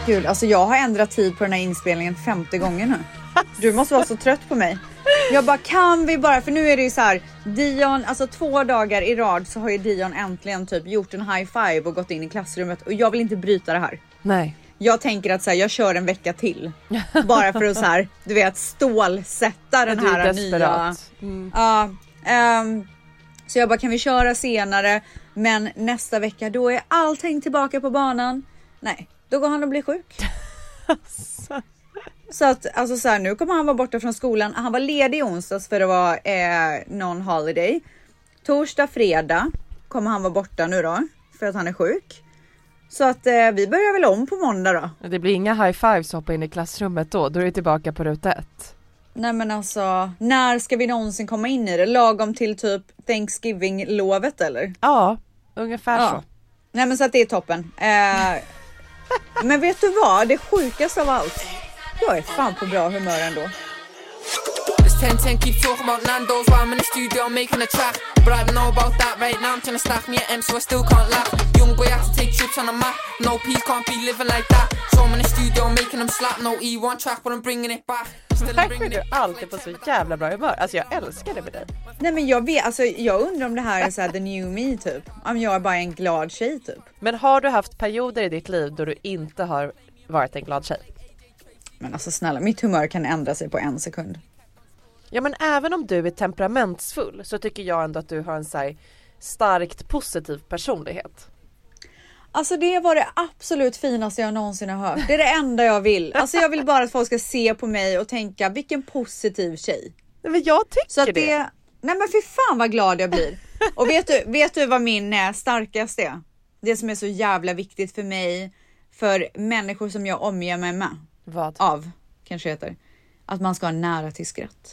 Gud, alltså jag har ändrat tid på den här inspelningen 50 gånger nu. Du måste vara så trött på mig. Jag bara, kan vi bara, för nu är det ju så här, Dion, alltså 2 dagar i rad så har ju Dion äntligen typ gjort en high five och gått in i klassrummet. Och jag vill inte bryta det här. Nej. Jag tänker att så här, jag kör en vecka till. Bara för att så här, du vet, stålsätta den här nya. Så jag bara, kan vi köra senare? Men nästa vecka, då är allting tillbaka på banan. Nej, då går han och blir sjuk. Så att, alltså så här, nu kommer han vara borta från skolan. Han var ledig i onsdags för det var någon holiday. Torsdag, fredag kommer han vara borta nu då. För att han är sjuk. Så att vi börjar väl om på måndag då. Det blir inga high fives hoppa in i klassrummet då. Då är du tillbaka på ruta 1. Nej men alltså, när ska vi någonsin komma in i det? Lagom till typ Thanksgiving-lovet eller? Ja, ungefär så. Nej men så att det är toppen. Men vet du vad? Det sjukaste av allt. Jag är fan på bra humör ändå. 10 keep talking about Nando's while I'm in the studio making a track. But I don't know about that right now. I'm trying to stack me an M so I still can't laugh. Young boy had to take trips on a map. No P can't be living like that. So I'm in the studio making them slap. No E1 track but I'm bringing it back. Varför är du alltid på så jävla bra humör? Alltså jag älskar det med dig. Nej men jag vet, alltså jag undrar om det här är så här the new me typ. Om jag är bara en glad tjej typ. Men har du haft perioder i ditt liv då du inte har varit en glad tjej? Men alltså snälla, mitt humör kan ändra sig på 1 sekund. Ja men även om du är temperamentsfull så tycker jag ändå att du har en så här starkt positiv personlighet. Alltså det var det absolut finaste jag någonsin har hört. Det är det enda jag vill. Alltså jag vill bara att folk ska se på mig och tänka vilken positiv tjej. Nej, men jag tycker så att det. Nej men fy fan vad glad jag blir. Och vet du vad min starkaste är? Det som är så jävla viktigt för mig. För människor som jag omger mig med. Vad? Av, kanske heter. Att man ska ha nära till skratt.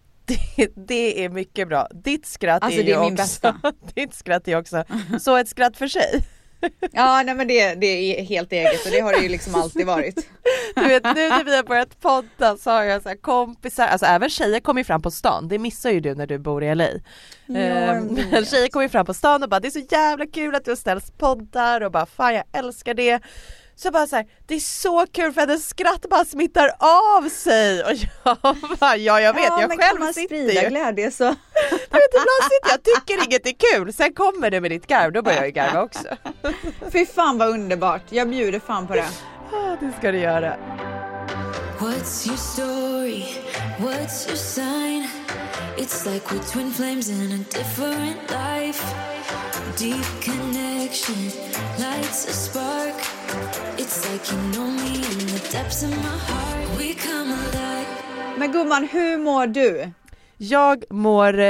Det är mycket bra. Ditt skratt alltså, är ju min också bästa. Ditt skratt är också så ett skratt för sig. Ja, nej men det är helt eget och det har det ju liksom alltid varit. Du vet, nu när vi har börjat podda så har jag så här kompisar, alltså även tjejer kommer ju fram på stan. Det missar ju du när du bor i LA. Tjejer kommer ju fram på stan och bara, det är så jävla kul att du har ställt poddar och bara, fan jag älskar det. Så bara så här, det är så kul för att en skratt bara smittar av sig. Och jag bara, jag vet, jag själv sitter ju. Glädje så. Du vet, ibland sitter jag tycker inget är kul. Sen kommer det med ditt garv, då börjar jag garva också. Fy fan vad underbart, jag bjuder fan på det. Ja, det ska du göra. What's your story? What's your sign? It's like we're twin flames in a different life. Deep connection lights a spark. It's like you know me in the depths of my heart. We come alive. Men gumman, hur mår du? Jag mår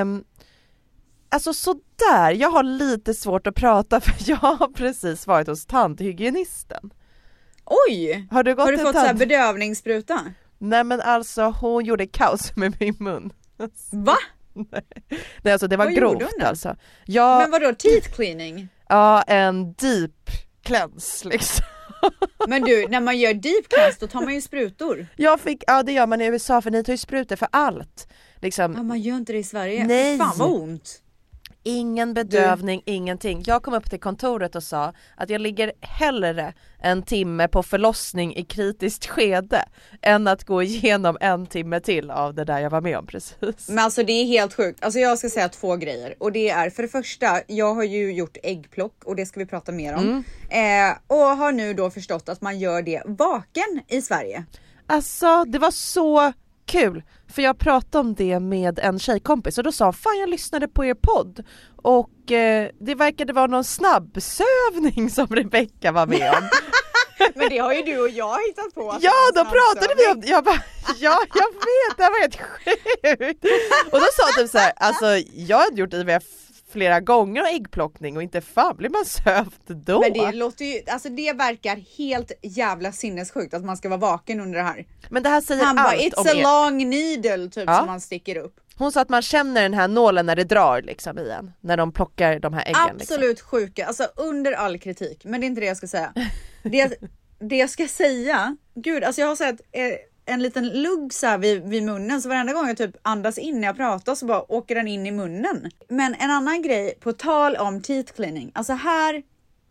alltså sådär. Jag har lite svårt att prata för jag har precis varit hos tandhygienisten. Oj! Har du fått så här bedövningsspruta? Nej men alltså hon gjorde kaos med min mun. Va? Nej alltså det var grovt alltså. Men vadå, teeth cleaning? Ja, en deep cleanse liksom. Men du, när man gör deep cleanse då tar man ju sprutor. Ja det gör man i USA för ni tar ju sprutor för allt. Liksom. Ja, man gör inte det i Sverige. Nej. Fan vad ont. Ingen bedövning, ingenting. Jag kom upp till kontoret och sa att jag ligger hellre en timme på förlossning i kritiskt skede än att gå igenom 1 timme till av det där jag var med om precis. Men alltså det är helt sjukt. Alltså jag ska säga 2 grejer. Och det är för det första, jag har ju gjort äggplock och det ska vi prata mer om. Och har nu då förstått att man gör det vaken i Sverige. Alltså det var så kul. För jag pratade om det med en tjejkompis och då sa fan jag lyssnade på er podd och det verkade vara någon snabbsövning som Rebecca var med om. Men det har ju du och jag hittat på. Ja, då pratade vi om det. Jag bara, ja jag vet, det var helt sjukt. Och då sa de så här, alltså jag hade gjort IVF flera gånger och äggplockning och inte fan blir man sövd då. Men det låter ju, alltså det verkar helt jävla sinnessjukt att man ska vara vaken under det här. Men det här säger han allt bara, it's om a er. long needle typ som man sticker upp. Hon sa att man känner den här nålen när det drar liksom igen. När de plockar de här äggen. Absolut liksom. Sjuka, alltså under all kritik. Men det är inte det jag ska säga. Det jag ska säga, gud alltså jag har sett en liten lugg så här vid munnen. Så varenda gång jag typ andas in när jag pratar så bara åker den in i munnen. Men en annan grej på tal om teeth cleaning. Alltså här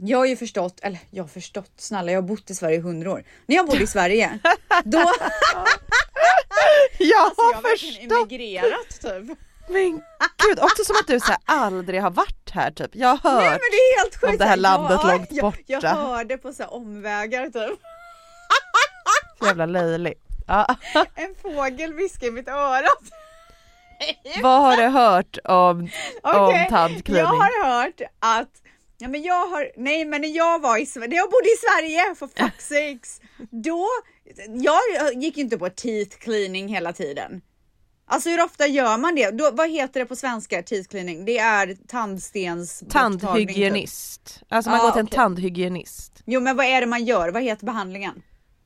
Jag har ju förstått, snälla, jag har bott i Sverige i 100 år. När jag bodde i Sverige, då... Jag har har verkligen emigrerat typ. Men gud, också som att du så här aldrig har varit här typ. Jag har hört Nej, men det är helt sjukt. om det här landet långt borta. Jag hörde på så här omvägar typ. Jävla löjligt. Ja. En fågel viskar i mitt öra. Vad har du hört om tandklining? Jag har hört att när jag var i Sverige, när jag bodde i Sverige for fuck's sakes, då jag gick inte på teeth cleaning hela tiden. Alltså hur ofta gör man det? Då, vad heter det på svenska, teeth cleaning? Det är tandhygienist. Typ. Alltså man går till en tandhygienist. Jo, men vad är det man gör? Vad heter behandlingen?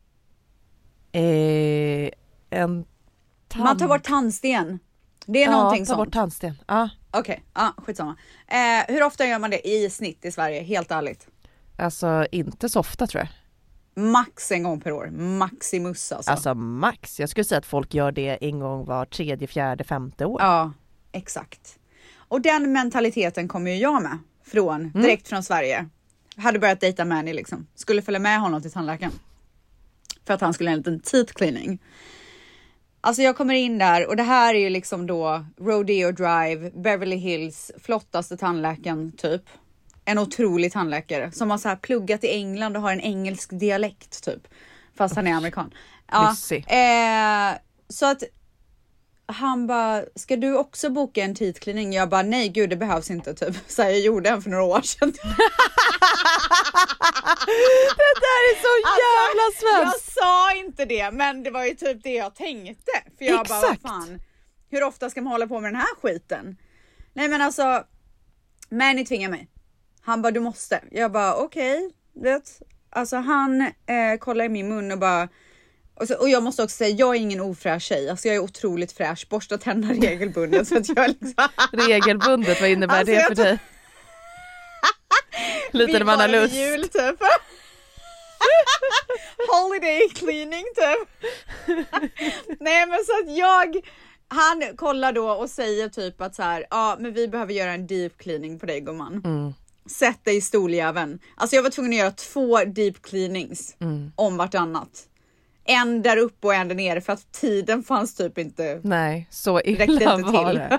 Man tar bort tandsten. Det är någonting sånt. Ta bort tandsten. Okej, skitsamma. Hur ofta gör man det i snitt i Sverige, helt ärligt? Alltså inte så ofta tror jag. Max en gång per år, maximus alltså. Alltså max, jag skulle säga att folk gör det en gång var 3:e, 4:e, 5:e år. Ja, exakt. Och den mentaliteten kommer ju jag med direkt från Sverige. Hade börjat dejta Manny liksom. Skulle följa med honom till tandläkaren. För att han skulle ha en liten teeth cleaning. Alltså jag kommer in där och det här är ju liksom då Rodeo Drive, Beverly Hills, flottaste tandläkaren typ. En otrolig tandläkare som har så här pluggat i England och har en engelsk dialekt typ. Fast han är amerikan. Ja, så att han bara, ska du också boka en teeth cleaning? Jag bara, nej gud det behövs inte typ. Så jag gjorde en för några år sedan. Det där är så jävla svenskt. Jag sa inte det, men det var ju typ det jag tänkte. För jag bara, vad fan, hur ofta ska man hålla på med den här skiten? Nej men alltså, Manny tvingar mig. Han bara, du måste. Jag bara, okej, vet. Alltså han kollar i min mun och bara... Och jag måste också säga, jag är ingen ofräsch tjej. Alltså jag är otroligt fräsch. Borstar tänderna regelbundet. Så att jag liksom... Regelbundet, vad innebär alltså, det för dig? Lite när man har lust. Jul typ. Holiday cleaning typ. Nej men så att han kollar då och säger typ att så här, ja men vi behöver göra en deep cleaning på dig gumman. Sätt dig i stoljäveln. Alltså jag var tvungen att göra 2 deep cleanings om vartannat. En där uppe och en där nere för att tiden fanns typ inte. Nej, så illa var det.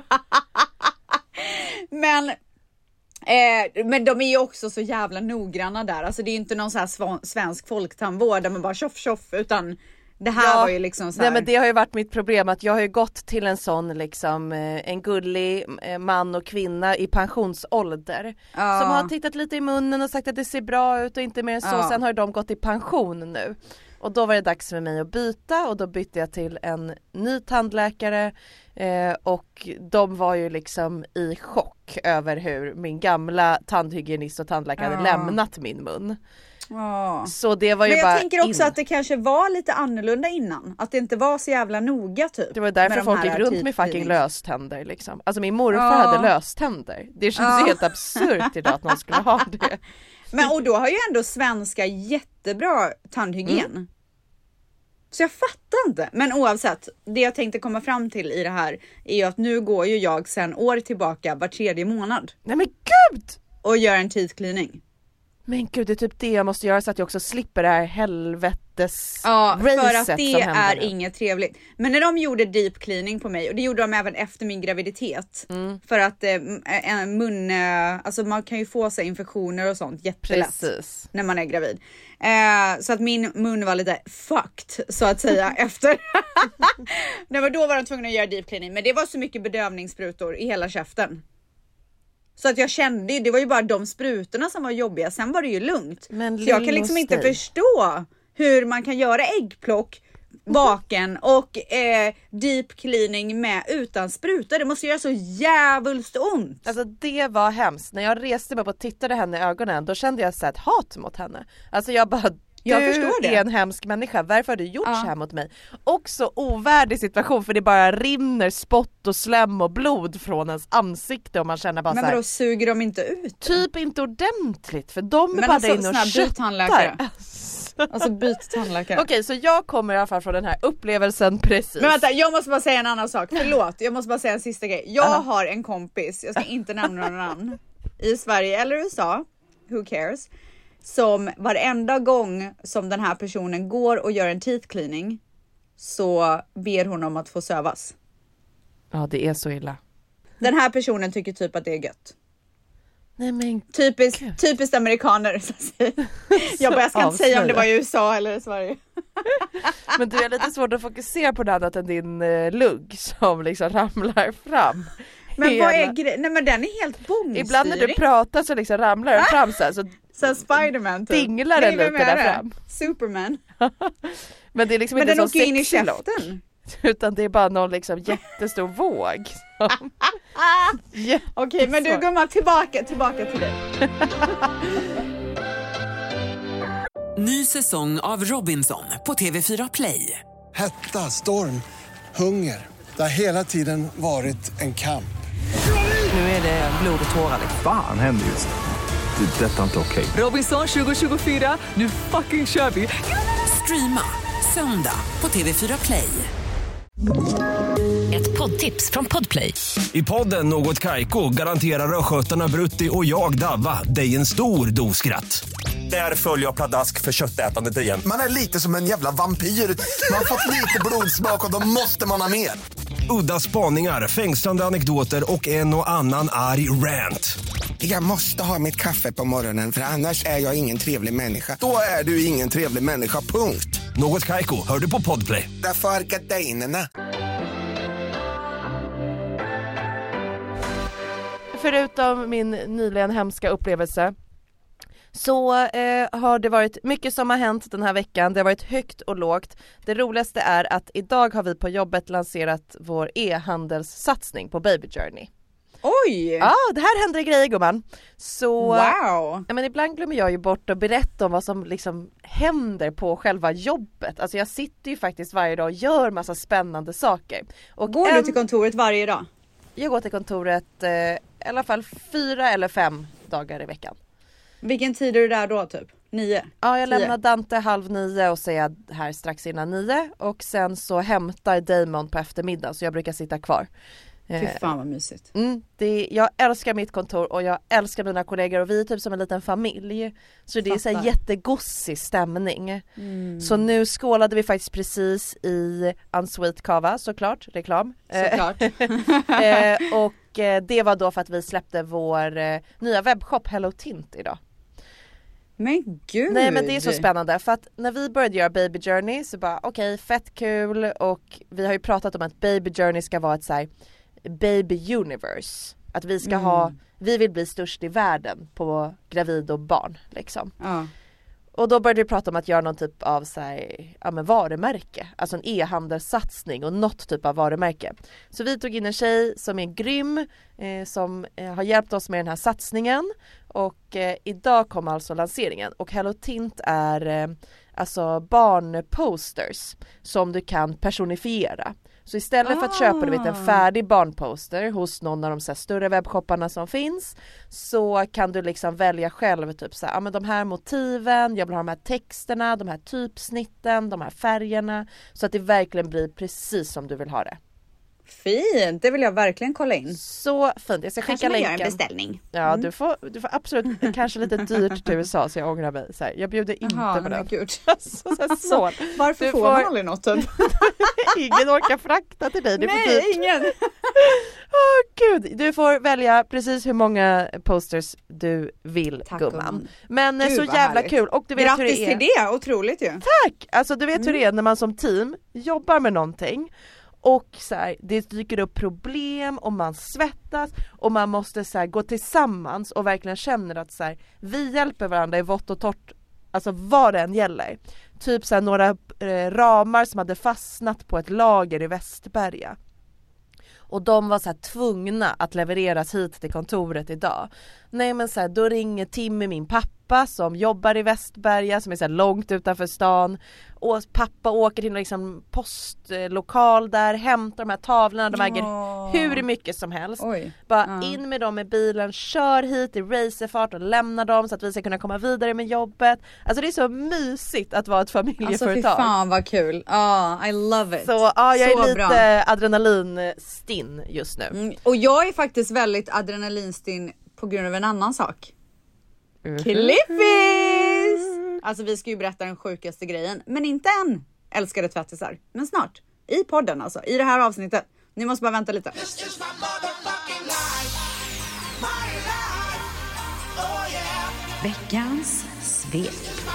Men de är ju också så jävla noggranna där. Alltså det är ju inte någon så här svensk folktandvård där man bara tjoff och det här var ju liksom så här. Nej men det har ju varit mitt problem att jag har ju gått till en sån liksom en gullig man och kvinna i pensionsålder som har tittat lite i munnen och sagt att det ser bra ut och inte mer än så. Sen har de gått i pension nu. Och då var det dags för mig att byta och då bytte jag till en ny tandläkare och de var ju liksom i chock över hur min gamla tandhygienist och tandläkare hade lämnat min mun. Så det var ju men jag bara tänker också att det kanske var lite annorlunda innan. Att det inte var så jävla noga typ. Det var därför folk gick runt med fucking löständer liksom. Alltså min morfar hade löständer. Det känns helt absurt idag att någon skulle ha det. Men och då har ju ändå svenska jättebra tandhygien. Så jag fattar inte. Men oavsett, det jag tänkte komma fram till i det här är ju att nu går ju jag sen år tillbaka var 3:e månad. Nej men gud! Och gör en teeth cleaning. Men gud, det är typ det jag måste göra så att jag också slipper det här helvetes för att det är inget trevligt. Men när de gjorde deep cleaning på mig, och det gjorde de även efter min graviditet, för att alltså man kan ju få sig infektioner och sånt jättelätt när man är gravid. Så att min mun var lite fucked så att säga efter. Nej, men då var de tvungna att göra deep cleaning, men det var så mycket bedövningssprutor i hela käften. Så att jag kände ju, det var ju bara de sprutorna som var jobbiga. Sen var det ju lugnt. Men så jag kan liksom inte förstå hur man kan göra äggplock baken och deep cleaning med utan sprutor. Det måste göra så jävulst ont. Alltså det var hemskt. När jag reste mig upp och tittade henne i ögonen, då kände jag så ett hat mot henne. Alltså jag bara... Jag förstår det. Du är en hemsk människa. Varför har du gjort så här mot mig? Också ovärdig situation för det bara rinner spott och slem och blod från ens ansikte och man känner bara så här. Men då suger de inte ut? Typ inte ordentligt för de är bara där inne och köttar. Alltså byt tandläkare. Okej, så jag kommer i alla fall från den här upplevelsen precis. Men vänta, jag måste bara säga en annan sak. Förlåt, jag måste bara säga en sista grej. Jag har en kompis, jag ska inte nämna någon namn, i Sverige eller USA. Who cares? som varenda gång som den här personen går och gör en teeth cleaning så ber hon om att få sövas. Ja, det är så illa. Den här personen tycker typ att det är gött. Nej men Typiskt amerikaner. Jag ska inte säga om det var i USA eller i Sverige. Men du är lite svårt att fokusera på det annat än din lugg som liksom ramlar fram. Men vad är grejen? Nej men den är helt bångstyrig. Ibland när du pratar så liksom ramlar den fram så Spiderman typ. Dinglar den lite där fram. Superman. Men det är liksom men inte den så åker in i sexig käften. Utan det är bara någon liksom jättestor våg. Okej, men du gumman, tillbaka till dig. Ny säsong av Robinson på TV4 Play. Hetta, storm, hunger. Det har hela tiden varit en kamp. Nu är det blod och tårar. Fan händer just det. Detta är inte okej. Robinson 2024, nu fucking kör vi. Streama söndag på TV4 Play. Ett poddtips från Podplay. I podden Något Kaiko garanterar röskötarna Brutti och jag Davva dig en stor doskratt. Där följer jag pladask för köttätandet igen. Man är lite som en jävla vampyr. Man har fått lite blodsmak och då måste man ha mer. Udda spaningar, fängslande anekdoter och en och annan arg rant. Jag måste ha mitt kaffe på morgonen för annars är jag ingen trevlig människa. Då är du ingen trevlig människa, punkt. Något Kaiko, hör du på Podplay. Därför är gardinerna. Förutom min nyligen hemska upplevelse så har det varit mycket som har hänt den här veckan. Det har varit högt och lågt. Det roligaste är att idag har vi på jobbet lanserat vår e-handelssatsning på Baby Journey. Oj! Ja, det här händer grejer gumman. Så, wow! Men ibland glömmer jag ju bort att berätta om vad som liksom händer på själva jobbet. Alltså jag sitter ju faktiskt varje dag och gör massa spännande saker. Och går du till kontoret varje dag? Jag går till kontoret i alla fall 4 eller 5 dagar i veckan. Vilken tid är du där då typ? 9? Ja, jag lämnar Dante 8:30 och så är jag här strax innan 9. Och sen så hämtar Damon på eftermiddag så jag brukar sitta kvar. Fy fan vad mysigt. Jag älskar mitt kontor och jag älskar mina kollegor och vi är typ som en liten familj. Så det är så här jättegossig stämning. Så nu skålade vi faktiskt precis i Unsweet Kava, såklart, reklam. Såklart. Och det var då för att vi släppte vår nya webbshop Hello Tint idag. Men gud. Nej men det är så spännande för att när vi började göra Baby Journey så bara okej, fett kul och vi har ju pratat om att Baby Journey ska vara ett så här baby universe. Att vi ska vi vill bli störst i världen på gravid och barn liksom. Och då började vi prata om att göra någon typ av så här, varumärke. Alltså en e-handelssatsning och något typ av varumärke. Så vi tog in en tjej som är grym. Som har hjälpt oss med den här satsningen. Och idag kom alltså lanseringen. Och Hello Tint är alltså barnposters som du kan personifiera. Så istället för att köpa en färdig barnposter hos någon av de så här större webbshopparna som finns så kan du liksom välja själv typ så här, men de här motiven, jag vill ha de här texterna, de här typsnitten, de här färgerna så att det verkligen blir precis som du vill ha det. Fint, det vill jag verkligen kolla in. Så fint, jag ska skicka länken. Kanske en beställning. Ja, du får absolut, kanske lite dyrt till USA så jag ångrar mig. Så här, jag bjuder inte på den. Gud. Så. Varför får man aldrig något typ? Ingen orkar frakta till dig. Det är Nej, ingen. Gud, du får välja precis hur många posters du vill. Tack, gumman. Men gud, så jävla härligt. Kul. Och du vet grattis hur det är. Till det, otroligt ju. Tack! Alltså du vet hur det är när man som team jobbar med någonting. Och så här, det dyker upp problem och man svettas och man måste så här, gå tillsammans och verkligen känner att så här, vi hjälper varandra i vått och torrt, alltså vad det än gäller. Typ så här, några ramar som hade fastnat på ett lager i Västberga. Och de var så här tvungna att levereras hit till kontoret idag. Nej men så här, då ringer Timmy, min pappa som jobbar i Västberga som är så här långt utanför stan. Och pappa åker till liksom postlokal där, hämtar de här tavlorna, de äger hur mycket som helst. Bara in med dem i bilen, kör hit i racerfart och lämnar dem så att vi ska kunna komma vidare med jobbet. Alltså det är så mysigt att vara ett familjeföretag. Alltså fy fan vad kul. I love it. Så jag är så lite bra. Adrenalinstinn just nu. Och jag är faktiskt väldigt adrenalinstinn på grund av en annan sak. Clippis! sjukt. Alltså vi ska ju berätta den sjukaste grejen. Men inte än, älskade tvättisar. Men snart. I podden alltså. I det här avsnittet. Ni måste bara vänta lite. Veckans svek.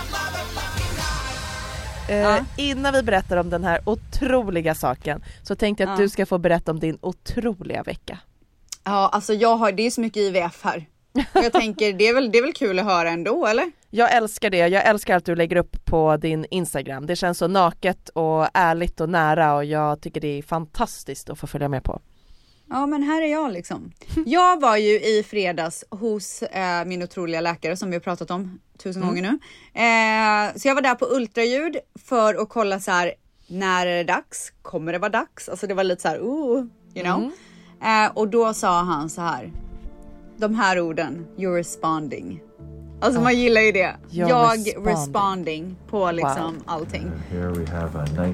Innan vi berättar om den här otroliga saken så tänkte jag att du ska få berätta om din otroliga vecka. Ja, alltså det är så mycket IVF här. Och jag tänker, det är väl kul att höra ändå, eller? Jag älskar det. Jag älskar att du lägger upp på din Instagram. Det känns så naket och ärligt och nära och jag tycker det är fantastiskt att få följa med på. Ja, men här är jag liksom. Jag var ju i fredags hos min otroliga läkare som vi har pratat om 1000 gånger nu. Så jag var där på ultraljud för att kolla så här, när är det dags? Kommer det vara dags? Alltså det var lite så här, you know. Och då sa han så här, de här orden, you're responding. Alltså man gillar ju det. Jag responding på liksom allting. Here we have a 19.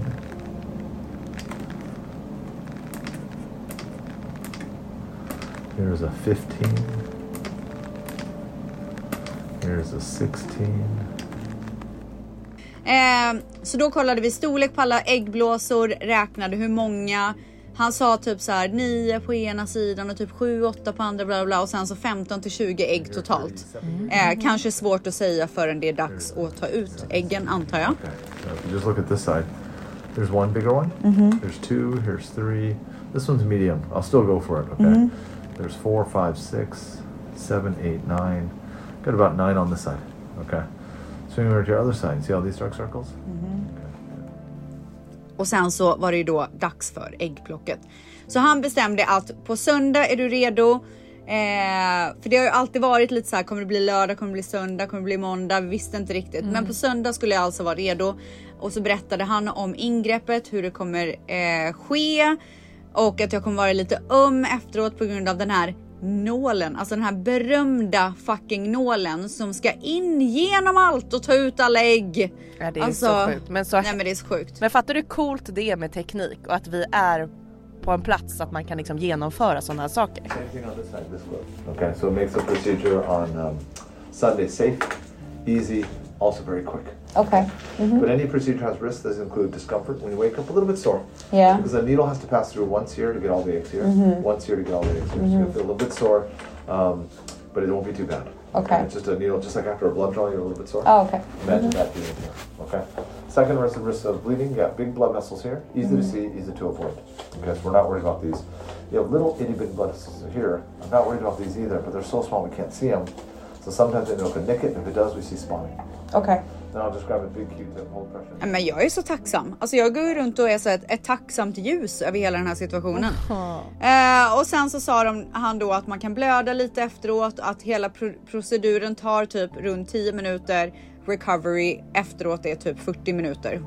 Here's a 15. Here's a 16. Så då kollade vi storlek på alla äggblåsor, räknade hur många. Han sa typ så här 9 på ena sidan och typ 7-8 på andra, bla bla, och sen så 15 till 20 ägg totalt. Kanske svårt att säga förrän det är dags att ta ut äggen, antar jag. Okay. So if you just look at this side, there's one bigger one. There's 2, here's 3. This one's medium. I'll still go for it, okay? There's 4, 5, 6, 7, 8, 9. Got about 9 on this side, okay? Swing over to your other side. See all these dark circles? Och sen så var det ju då dags för äggplocket. Så han bestämde att på söndag är du redo. För det har ju alltid varit lite så här, kommer det bli lördag, kommer det bli söndag, kommer det bli måndag? Vi visste inte riktigt. Men på söndag skulle jag alltså vara redo. Och så berättade han om ingreppet, hur det kommer ske. Och att jag kommer vara lite efteråt på grund av den här nålen. Alltså den här berömda fucking nålen som ska in genom allt och ta ut alla ägg. Ja, det är alltså, så sjukt. Men det är så sjukt. Men fattar du coolt det är med teknik och att vi är på en plats att man kan liksom genomföra sådana här saker. Okay, so it makes the procedure on Sunday safe, easy, also very quick. Okay. But any procedure has risks that include discomfort when you wake up a little bit sore. Yeah. Because the needle has to pass through once here to get all the eggs here, once here to get all the eggs here. So you'll feel a little bit sore, but it won't be too bad. Okay. It's just a needle, just like after a blood draw, you're a little bit sore. Oh, okay. Imagine that being here. Okay. Second risk of bleeding, you got big blood vessels here, easy to see, easy to avoid. Okay, so we're not worried about these. You have little itty bitty blood vessels here. I'm not worried about these either, but they're so small we can't see them. So sometimes the needle can nick it, and if it does, we see spotting. Okay. Then I'll just grab a big Q-tip, hold pressure. Men jag är så tacksam. Alltså jag går runt och är så ett tacksamt ljus över hela den här situationen. Och sen så sa han då att man kan blöda lite efteråt. Att hela proceduren tar typ runt 10 minuter. Recovery efteråt är typ 40 minuter.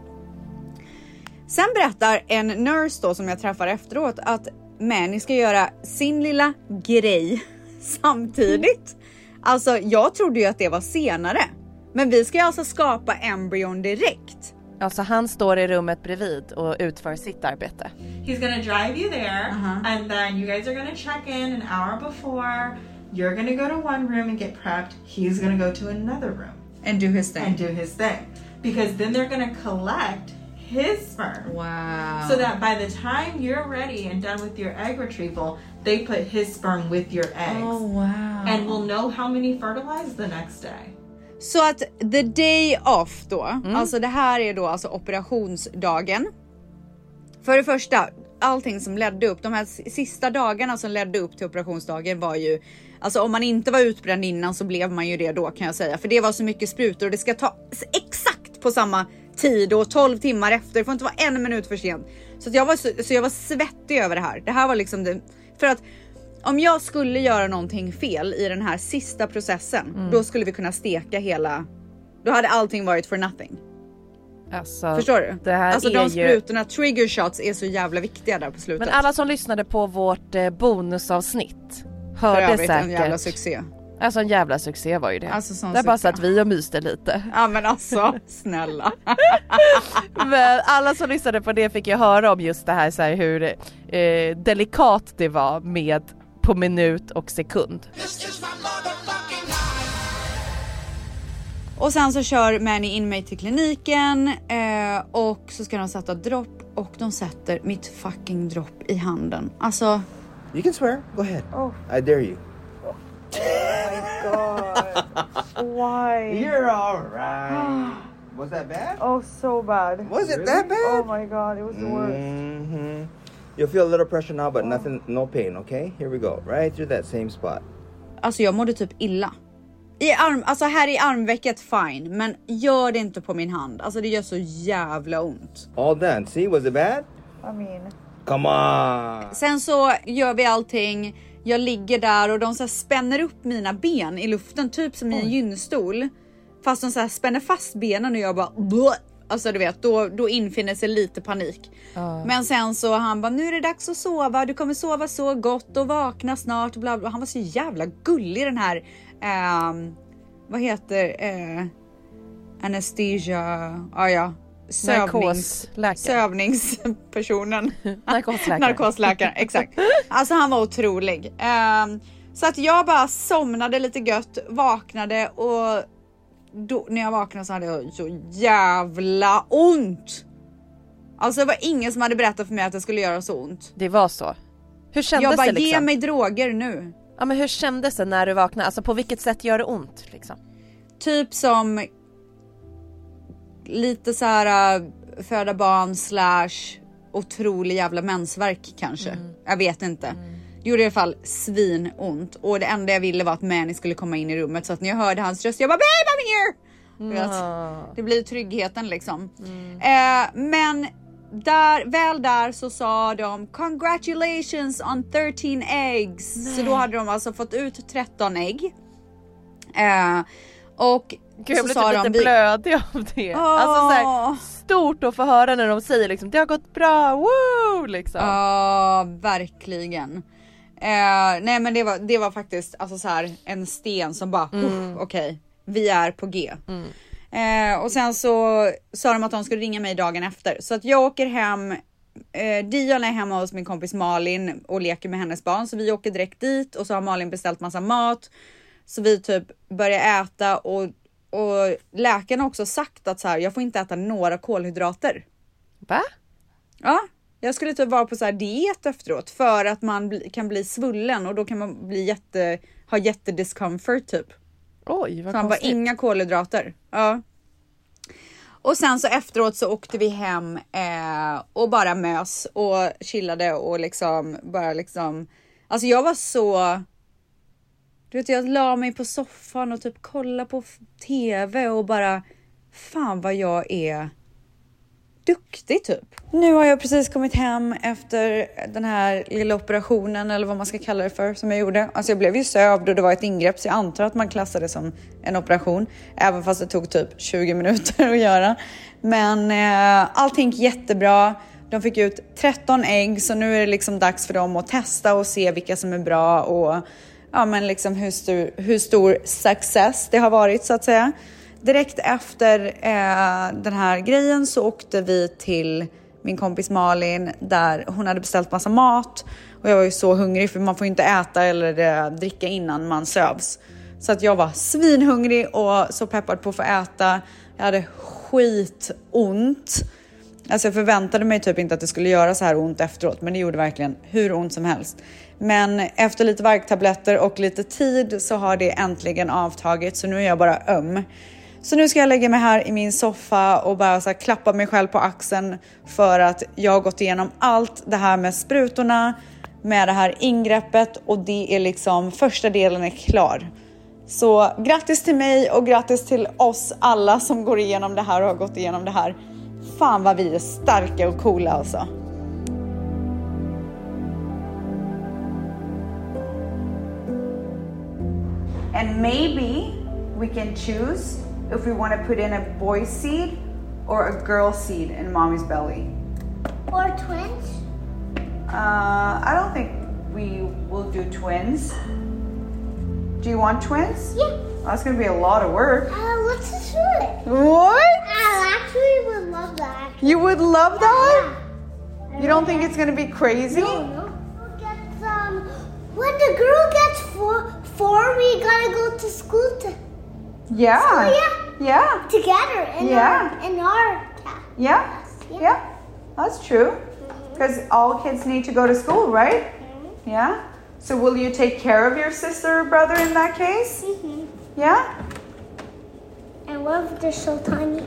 Sen berättar en nurse då som jag träffar efteråt att Manny ska göra sin lilla grej samtidigt. Alltså jag trodde ju att det var senare. Men vi ska alltså skapa embryon direkt. Alltså han står i rummet bredvid och utför sitt arbete. He's gonna drive you there and then you guys are gonna check in an hour before. You're gonna go to one room and get prepped. He's gonna go to another room. And do his thing. Because then they're gonna collect his sperm. Wow. So that by the time you're ready and done with your egg retrieval, they put his sperm with your eggs. Oh wow. And we'll know how many fertilized the next day. Så att the day off då, alltså det här är då alltså operationsdagen. För det första, allting som ledde upp, de här sista dagarna som ledde upp till operationsdagen var ju, alltså om man inte var utbränd innan så blev man ju det då kan jag säga. För det var så mycket sprutor och det ska ta exakt på samma tid och 12 timmar efter, det får inte vara 1 minut för sent. Så att jag var svettig över det här. Det här var liksom det, för att om jag skulle göra någonting fel i den här sista processen, då skulle vi kunna steka hela, då hade allting varit for nothing. Alltså, förstår du? Det här alltså är de sprutorna, trigger shots är så jävla viktiga där på slutet. Men alla som lyssnade på vårt bonusavsnitt hörde säkert. En jävla succé. Alltså en jävla succé var ju det. Alltså, det bara så att vi och myste lite. Ja men alltså, snälla. Men alla som lyssnade på det fick ju höra om just det här, så här hur delikat det var med på minut och sekund. Och sen så kör Manny in mig till kliniken och så ska de sätta dropp och de sätter mitt fucking dropp i handen. Alltså... You can swear. Go ahead. I dare you. Oh my god. Why? You're all right. Was that bad? Oh, so bad. Was it that bad? Oh my god, it was the worst. Mm-hmm. You'll feel a little pressure now, but nothing, no pain, okay? Here we go. Right through that same spot. Alltså jag mådde typ illa. Alltså här i armvecket fine, men gör det inte på min hand. Alltså det gör så jävla ont. All done. See, was it bad? I mean. Come on. Sen så gör vi allting. Jag ligger där och de så här spänner upp mina ben i luften, typ som i en gynstol. Fast de så här spänner fast benen och jag bara... Bleh. Alltså du vet, då infinner sig lite panik. Men sen så han bara, nu är det dags att sova. Du kommer sova så gott och vakna snart. Och bla bla. Han var så jävla gullig den här... vad heter... anesthesia... Sövningspersonen. Narkosläkaren, exakt. Alltså han var otrolig. Så att jag bara somnade lite gött, vaknade och då, när jag vaknade så hade jag så jävla ont. Alltså det var ingen som hade berättat för mig att det skulle göra så ont. Det var så. Hur kändes jag bara, det liksom? Ge mig droger nu. Ja, men hur kändes det när du vaknade? Alltså på vilket sätt gör det ont liksom? Typ som lite så här föda barn / otrolig jävla mensvärk kanske. Jag vet inte. Det gjorde i alla fall svinont. Och det enda jag ville var att Manny skulle komma in i rummet. Så att när jag hörde hans röst, jag bara, babe, I'm here! Det blir tryggheten liksom. Men där så sa de, congratulations on 13 eggs. Nej. Så då hade de alltså fått ut 13 ägg. Och gud, jag blev lite blödig av det. Alltså så här, stort att få höra när de säger liksom, det har gått bra, woo, liksom. Ja, verkligen. Nej men det var faktiskt alltså så här, en sten som bara, okej, vi är på G. Och sen så sa de att de skulle ringa mig dagen efter. Så att jag åker hem, Dion är hemma hos min kompis Malin och leker med hennes barn. Så vi åker direkt dit och så har Malin beställt massa mat. Så vi typ börjar äta och läkaren har också sagt att så här, jag får inte äta några kolhydrater. Va? Ja, jag skulle typ vara på så här diet efteråt för att man kan bli svullen och då kan man ha jättediscomfort typ. Oj, vad så han bara, inga kolhydrater. Ja. Och sen så efteråt så åkte vi hem och bara mös och chillade och liksom bara liksom, alltså jag var så, du vet, jag la mig på soffan och typ kolla på tv och bara, fan vad jag är duktig typ. Nu har jag precis kommit hem efter den här lilla operationen eller vad man ska kalla det för som jag gjorde. Alltså jag blev ju sövd och det var ett ingrepp så jag antar att man klassar det som en operation. Även fast det tog typ 20 minuter att göra. Men allting gick jättebra. De fick ut 13 ägg så nu är det liksom dags för dem att testa och se vilka som är bra och ja, men liksom hur stor success det har varit så att säga. Direkt efter den här grejen så åkte vi till min kompis Malin där hon hade beställt massa mat. Och jag var ju så hungrig för man får ju inte äta eller dricka innan man sövs. Så att jag var svinhungrig och så peppad på att få äta. Jag hade skitont. Alltså jag förväntade mig typ inte att det skulle göra så här ont efteråt. Men det gjorde verkligen hur ont som helst. Men efter lite värktabletter och lite tid så har det äntligen avtagit. Så nu är jag bara öm. Så nu ska jag lägga mig här i min soffa och bara så här klappa mig själv på axeln. För att jag har gått igenom allt det här med sprutorna. Med det här ingreppet. Och det är liksom, första delen är klar. Så grattis till mig och grattis till oss alla som går igenom det här och har gått igenom det här. Fan vad vi är starka och coola alltså. And maybe we can choose if we want to put in a boy seed or a girl seed in mommy's belly. Or twins? I don't think we will do twins. Do you want twins? Yeah. That's going to be a lot of work. Let's just do it. What? I actually would love that. You would love that? Yeah. You don't think it's going to be crazy? No. We'll get when the girl gets four, we gotta go to school to... Yeah. So yeah. Yeah. Together in our class. Yeah. That's true. Because all kids need to go to school, right? Yeah. So will you take care of your sister or brother in that case? Yeah. And what if they're so tiny?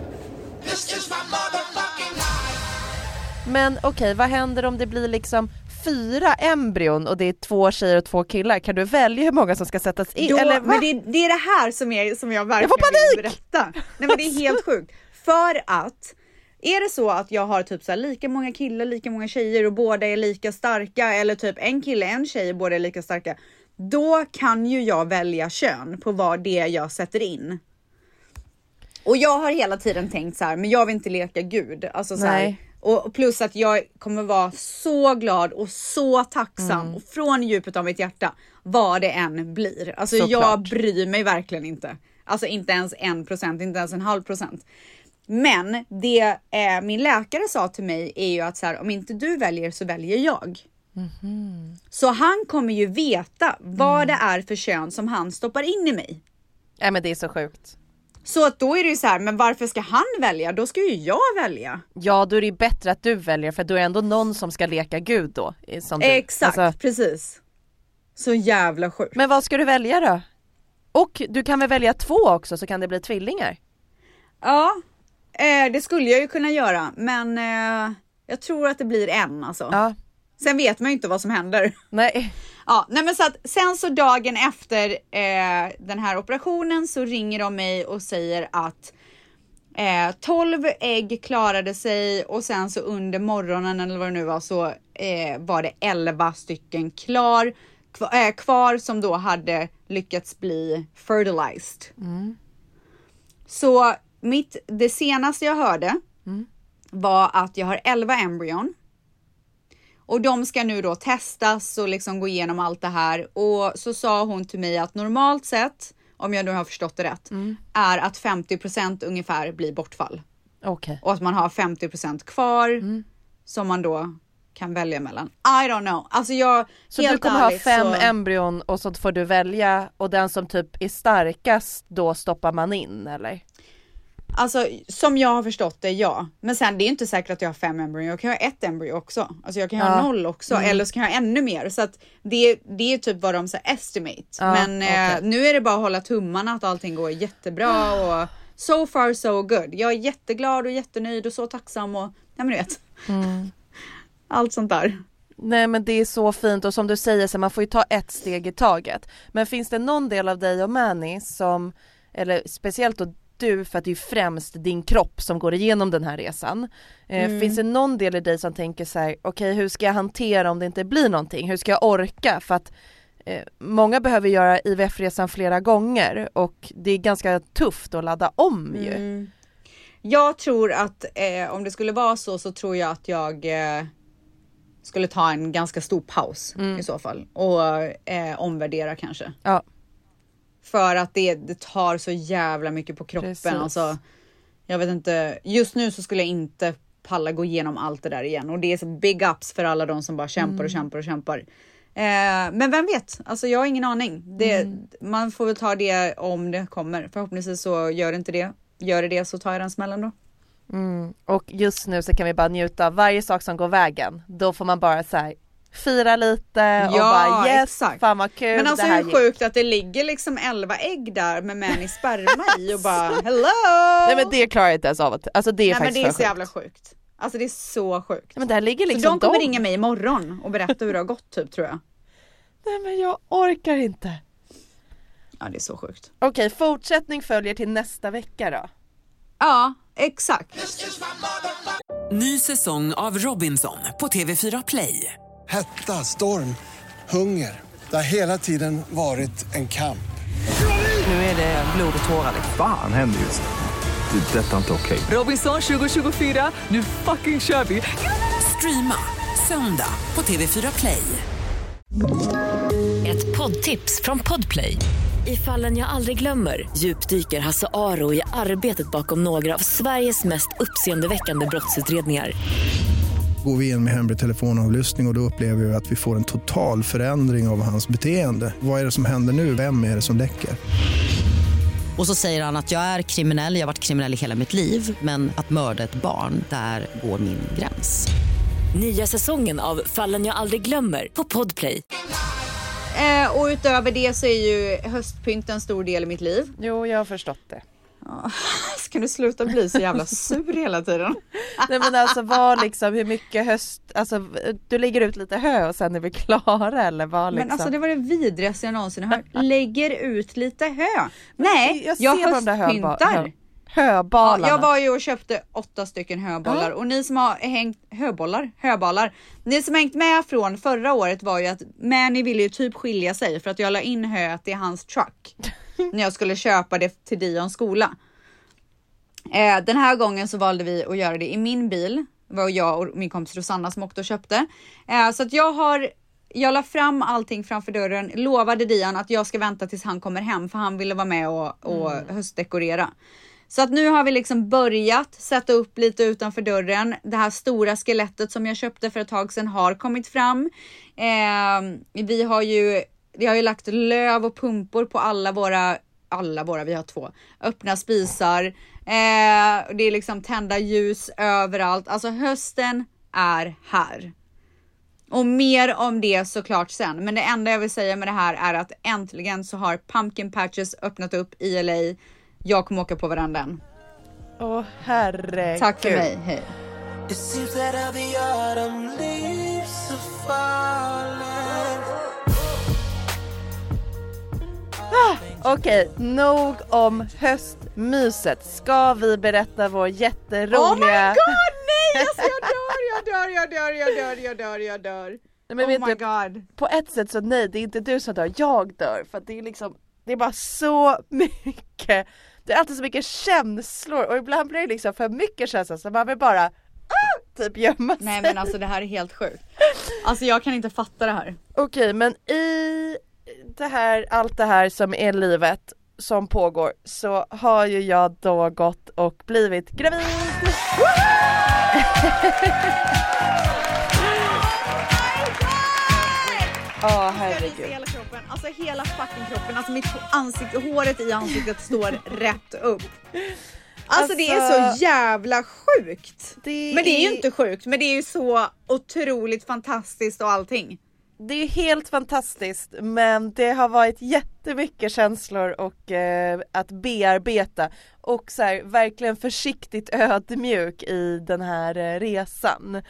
Men okej, vad händer om det blir liksom 4 embryon och det är 2 tjejer och 2 killar? Kan du välja hur många som ska sättas in? Då, eller, men det är det här som jag verkligen vill berätta. Nej, men det är helt sjukt. För att är det så att jag har typ så här lika många killar, lika många tjejer och båda är lika starka, eller typ en kille, en tjej, båda är lika starka, då kan ju jag välja kön på vad det jag sätter in. Och jag har hela tiden tänkt så här, men jag vill inte leka Gud. Alltså så här, och plus att jag kommer vara så glad och så tacksam och från djupet av mitt hjärta vad det än blir. Alltså jag bryr mig verkligen inte. Alltså inte ens 1%, inte ens 0,5%. Men det min läkare sa till mig är ju att så här, om inte du väljer så väljer jag. Så han kommer ju veta vad det är för kön som han stoppar in i mig. Ja, men det är så sjukt. Så att då är det ju så här, men varför ska han välja? Då ska ju jag välja. Ja, då är det ju bättre att du väljer, för då är det ändå någon som ska leka Gud då. Som exakt, alltså, precis. Så jävla sjukt. Men vad ska du välja då? Och du kan väl välja 2 också, så kan det bli tvillingar? Ja, det skulle jag ju kunna göra. Men jag tror att det blir en alltså. Ja. Sen vet man ju inte vad som händer. Nej. Ja, nej men så att sen så dagen efter den här operationen så ringer de mig och säger att 12 ägg klarade sig och sen så under morgonen eller vad det nu var så var det 11 stycken kvar som då hade lyckats bli fertilized. Så det senaste jag hörde var att jag har 11 embryon. Och de ska nu då testas och liksom gå igenom allt det här. Och så sa hon till mig att normalt sett, om jag nu har förstått det rätt, är att 50% ungefär blir bortfall. Okay. Och att man har 50% kvar som man då kan välja mellan. I don't know. Alltså så du kommer ha 5 embryon och så får du välja, och den som typ är starkast då stoppar man in, eller? Alltså som jag har förstått det, ja. Men sen det är inte säkert att jag har 5 embryon. Jag kan ha 1 embryo också. Alltså jag kan ha 0 också. Eller så kan jag ha ännu mer. Så att det är typ vad de säger estimate. Men nu är det bara att hålla tummarna att allting går jättebra. Och so far so good. Jag är jätteglad och jättenöjd och så tacksam. Och ja, men du vet. Allt sånt där. Nej, men det är så fint. Och som du säger, så man får ju ta ett steg i taget. Men finns det någon del av dig och Manny som, eller speciellt då du, för att det är främst din kropp som går igenom den här resan. Finns det någon del i dig som tänker så här, okej, hur ska jag hantera om det inte blir någonting? Hur ska jag orka? För att många behöver göra IVF-resan flera gånger och det är ganska tufft att ladda om ju. Jag tror att om det skulle vara så tror jag att jag skulle ta en ganska stor paus i så fall och omvärdera kanske. Ja. För att det tar så jävla mycket på kroppen. Alltså, jag vet inte. Just nu så skulle jag inte palla gå igenom allt det där igen. Och det är så big ups för alla de som bara kämpar och kämpar och kämpar. Men vem vet? Alltså jag har ingen aning. Man får väl ta det om det kommer. Förhoppningsvis så gör det inte det. Gör det så tar jag den smällen då. Och just nu så kan vi bara njuta av varje sak som går vägen. Då får man bara så här fira lite och bara yes, exakt. Fan vad kul. Men alltså det här hur sjukt att det ligger liksom 11 ägg där med män i sperma i och bara hello. Nej men det klarar jag inte ens av. Alltså det är faktiskt men det är så jävla sjukt. Alltså det är så sjukt. Nej, men det här ligger liksom så de kommer ringa mig imorgon och berätta hur det har gått typ, tror jag. Nej men jag orkar inte. Ja, det är så sjukt. Okej, fortsättning följer till nästa vecka då. Ja, exakt. Ny säsong av Robinson på TV4 Play. Hetta, storm, hunger. Det har hela tiden varit en kamp. Nu är det blod och tårar. Fan händer just det. Detta är inte okej. Robinson 2024, nu fucking kör vi. Streama söndag på TV4 Play. Ett poddtips från Podplay. I Fallen jag aldrig glömmer djupdyker Hasse Aro i arbetet bakom några av Sveriges mest uppseendeväckande brottsutredningar. Går vi in med hemlig telefonavlyssning och då upplever vi att vi får en total förändring av hans beteende. Vad är det som händer nu? Vem är det som läcker? Och så säger han att jag är kriminell, jag har varit kriminell i hela mitt liv. Men att mörda ett barn, där går min gräns. Nya säsongen av Fallen jag aldrig glömmer på Podplay. Och utöver det så är ju höstpynt en stor del i mitt liv. Jo, jag har förstått det. Ska du sluta bli så jävla sur hela tiden? Nej men alltså vad liksom, hur mycket höst, alltså du lägger ut lite hö och sen är vi klara eller vad liksom? Men alltså det var det vidrigaste jag någonsin hört. Lägger ut lite hö. Nej, jag höstpyntar. Höbalarna. Ja, jag var ju och köpte 8 stycken höbollar. Och ni som har hängt höbalar. Ni som hängt med från förra året var ju att Manny ville ju typ skilja sig för att jag la in höet i hans truck när jag skulle köpa det till Dions skola. Den här gången så valde vi att göra det i min bil. Det var jag och min kompis Rosanna som åkte och köpte. Så att jag la fram allting framför dörren, lovade Dion att jag ska vänta tills han kommer hem för han ville vara med och höstdekorera. Så att nu har vi liksom börjat sätta upp lite utanför dörren. Det här stora skelettet som jag köpte för ett tag sedan har kommit fram. Vi har ju lagt löv och pumpor på alla våra, vi har 2 öppna spisar. Det är liksom tända ljus överallt. Alltså hösten är här. Och mer om det såklart sen. Men det enda jag vill säga med det här är att äntligen så har Pumpkin Patches öppnat upp i LA. Jag kommer åka på varandan. Åh herregud. Tack för mig, hej. Okej, nog om höstmyset. Ska vi berätta vår jätteroliga... Oh my god, nej! Alltså jag dör. Men oh my god. På ett sätt så nej, det är inte du som dör, jag dör. För att det är liksom, det är bara så mycket. Det är alltid så mycket känslor. Och ibland blir det liksom för mycket känslor så man vill bara typ gömma sig. Nej men alltså det här är helt sjukt. Alltså jag kan inte fatta det här. Okej, men i det här, allt det här som är livet som pågår så har ju jag då gått och blivit gravid. Herregud. Hela kroppen, alltså hela fucking kroppen, alltså mitt ansikte, håret i ansiktet står rätt upp. Alltså det är så jävla sjukt. Men det är ju inte sjukt, men det är ju så otroligt fantastiskt och allting. Det är helt fantastiskt, men det har varit jättemycket känslor och att bearbeta och så här, verkligen försiktigt ödmjuk i den här resan.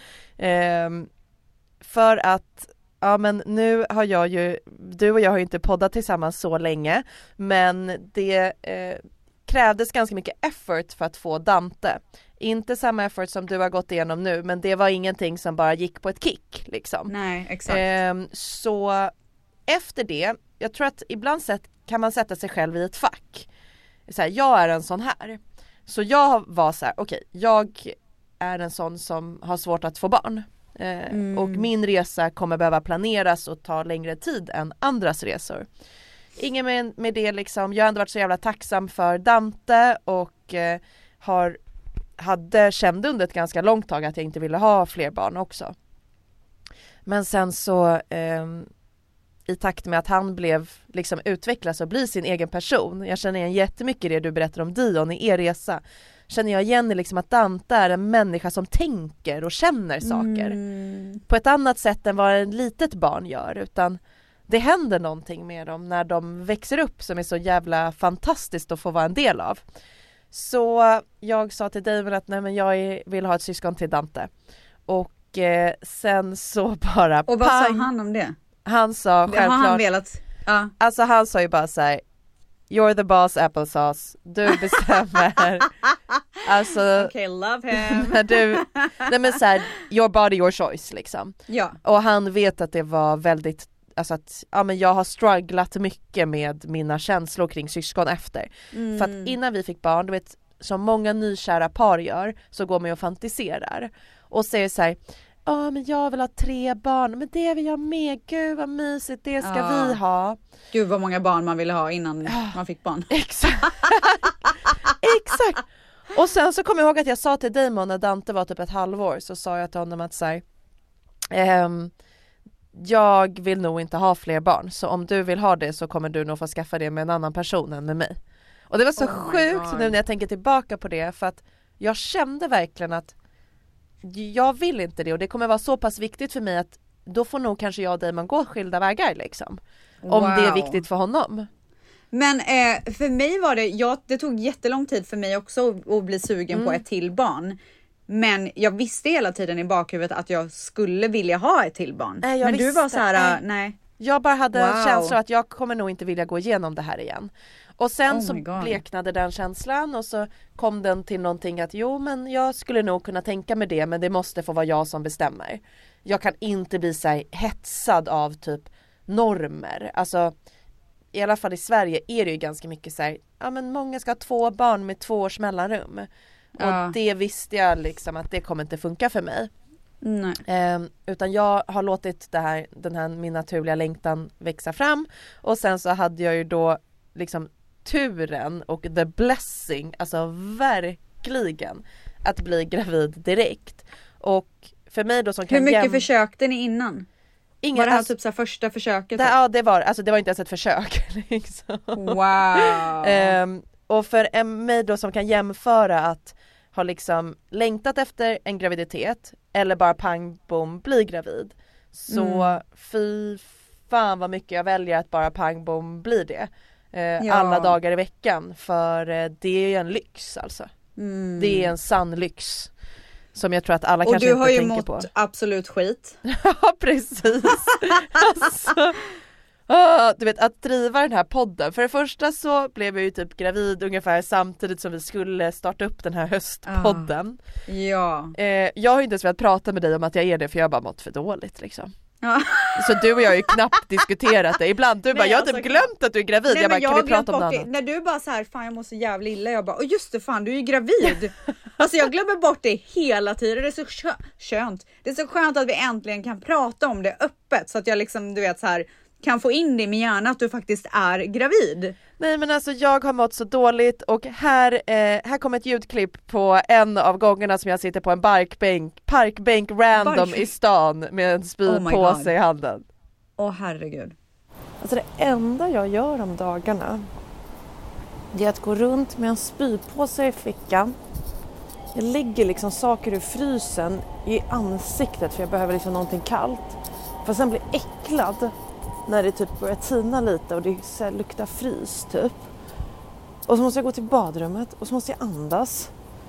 För att ja men nu har jag ju, du och jag har ju inte poddat tillsammans så länge, men det krävdes ganska mycket effort för att få Dante. Inte samma effort som du har gått igenom nu, men det var ingenting som bara gick på ett kick liksom. Nej, exakt. Så efter det, jag tror att ibland kan man sätta sig själv i ett fack. Så här, jag är en sån här. Så jag var så här, okej, jag är en sån som har svårt att få barn. Och min resa kommer behöva planeras och ta längre tid än andras resor. Ingen med det liksom, jag har ändå varit så jävla tacksam för Dante och kände under ett ganska långt tag att jag inte ville ha fler barn också. Men sen så i takt med att han blev liksom utvecklas och bli sin egen person. Jag känner igen jättemycket det du berättar om Dion i er resa. Känner jag igen liksom att Dante är en människa som tänker och känner saker. På ett annat sätt än vad en litet barn gör. Utan det händer någonting med dem när de växer upp som är så jävla fantastiskt att få vara en del av. Så jag sa till David att nej, men jag vill ha ett syskon till Dante. Och sen så bara... Och vad sa han om det? Han sa självklart... Har han velat? Ja. Alltså han sa ju bara så här: you're the boss applesauce. Du bestämmer. Alltså... Okay, love him. Nej men så här, your body, your choice liksom. Ja. Och han vet att det var väldigt... Alltså att ja, men jag har strugglat mycket med mina känslor kring syskon efter. För att innan vi fick barn, du vet, som många nykära par gör, så går man och fantiserar. Och säger så här: men jag vill ha 3 barn. Men det vill jag med. Gud vad mysigt, det ska vi ha. Gud vad många barn man ville ha innan man fick barn. Exakt. Exakt. Och sen så kommer jag ihåg att jag sa till Damon när Dante var typ ett halvår, så sa jag till honom att så här, jag vill nog inte ha fler barn, så om du vill ha det så kommer du nog få skaffa det med en annan person än med mig. Och det var så sjukt nu när jag tänker tillbaka på det, för att jag kände verkligen att jag vill inte det, och det kommer vara så pass viktigt för mig att då får nog kanske jag och Damon gå skilda vägar liksom. Om det är viktigt för honom. Men för mig var det tog jättelång tid för mig också att bli sugen på ett till barn. Men jag visste hela tiden i bakhuvudet att jag skulle vilja ha ett till barn. Men du var så här, nej. Jag bara hade känslan att jag kommer nog inte vilja gå igenom det här igen. Och sen så bleknade den känslan, och så kom den till någonting att men jag skulle nog kunna tänka mig det, men det måste få vara jag som bestämmer. Jag kan inte bli så här hetsad av typ normer. Alltså i alla fall i Sverige är det ju ganska mycket så här, men många ska ha 2 barn med 2 års mellanrum. Och det visste jag liksom att det kommer inte funka för mig. Nej. Utan jag har låtit min naturliga längtan växa fram. Och sen så hade jag ju då liksom turen och the blessing, alltså verkligen, att bli gravid direkt. Och för mig då som kan... Hur mycket försökte ni innan? Var det här typ så här första försöket? Det var inte ens ett försök. Liksom. Wow. Och för mig då som kan jämföra att ha liksom längtat efter en graviditet eller bara pang bom bli gravid, så fy fan vad mycket jag väljer att bara pang bom bli det alla dagar i veckan, för det är ju en lyx alltså. Det är en sann lyx som jag tror att alla kanske inte tänker på. Och du har ju mått absolut skit. Ja, precis. Alltså, du vet, att driva den här podden. För det första så blev jag ju typ gravid ungefär samtidigt som vi skulle starta upp den här höstpodden. Ja. Jag har ju inte ens velat prata med dig om att jag är det, för jag har bara mått för dåligt liksom. Så du och jag har ju knappt diskuterat det. Ibland du bara, jag har typ glömt att du är gravid. Nej, jag bara, kan vi prata om det annat? När du bara så här, fan jag mår så jävla illa. Jag bara, just det, fan du är ju gravid. Alltså jag glömmer bort det hela tiden. Det är så skönt. Det är så skönt att vi äntligen kan prata om det öppet. Så att jag liksom, du vet så här, kan få in det med hjärnan att du faktiskt är gravid. Nej, men alltså jag har mått så dåligt, och här kommer ett ljudklipp på en av gångerna som jag sitter på en parkbänk random i stan med en spypåse i handen. Herregud. Alltså det enda jag gör om dagarna, det är att gå runt med en spypåse i fickan. Jag lägger liksom saker ur frysen i ansiktet för jag behöver liksom någonting kallt. För sen blir äcklad när det typ börjar tina lite och det så här luktar frys typ. Och så måste jag gå till badrummet och så måste jag andas.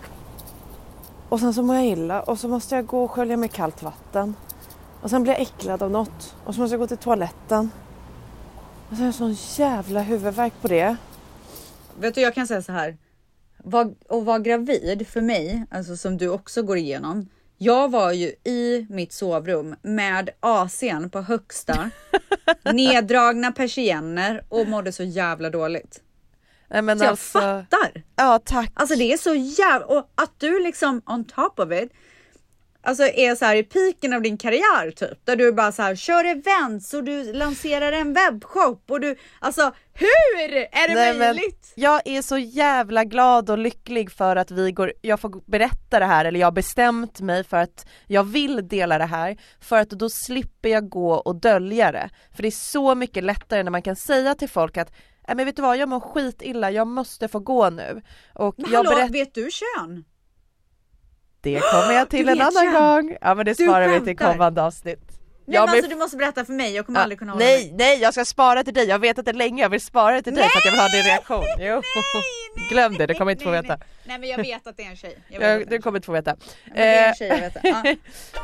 Och sen så mår jag illa och så måste jag gå och skölja med kallt vatten. Och sen blir jag äcklad av något och så måste jag gå till toaletten. Och så har jag sån jävla huvudvärk på det. Vet du, jag kan säga så här. Att vara gravid för mig, alltså som du också går igenom. Jag var ju i mitt sovrum med AC:n på högsta, neddragna persienner och mådde så jävla dåligt. Nej, men så jag fattar. Ja, tack. Alltså det är så jävla... Och att du liksom on top of it, alltså är så här i piken av din karriär typ. Där du bara så här kör events och du lanserar en webbshop och du... Alltså hur är det möjligt? Jag är så jävla glad och lycklig för att jag får berätta det här, eller jag har bestämt mig för att jag vill dela det här, för att då slipper jag gå och dölja det. För det är så mycket lättare när man kan säga till folk att men vet du vad, jag mår skit illa, jag måste få gå nu. Och men hallå, vet du kön? Det kommer jag till en annan gång. Ja, men det sparar vi till kommande avsnitt. Nej, men alltså, du måste berätta för mig, jag kommer aldrig kunna hålla Nej, jag ska spara till dig. Jag vet att det är länge, jag vill spara det till dig för att jag vill ha din reaktion. Jo. Glöm det, du kommer inte få veta. Nej, men jag vet att det är en tjej. Du kommer inte få veta. Men det är en tjej, jag vet det.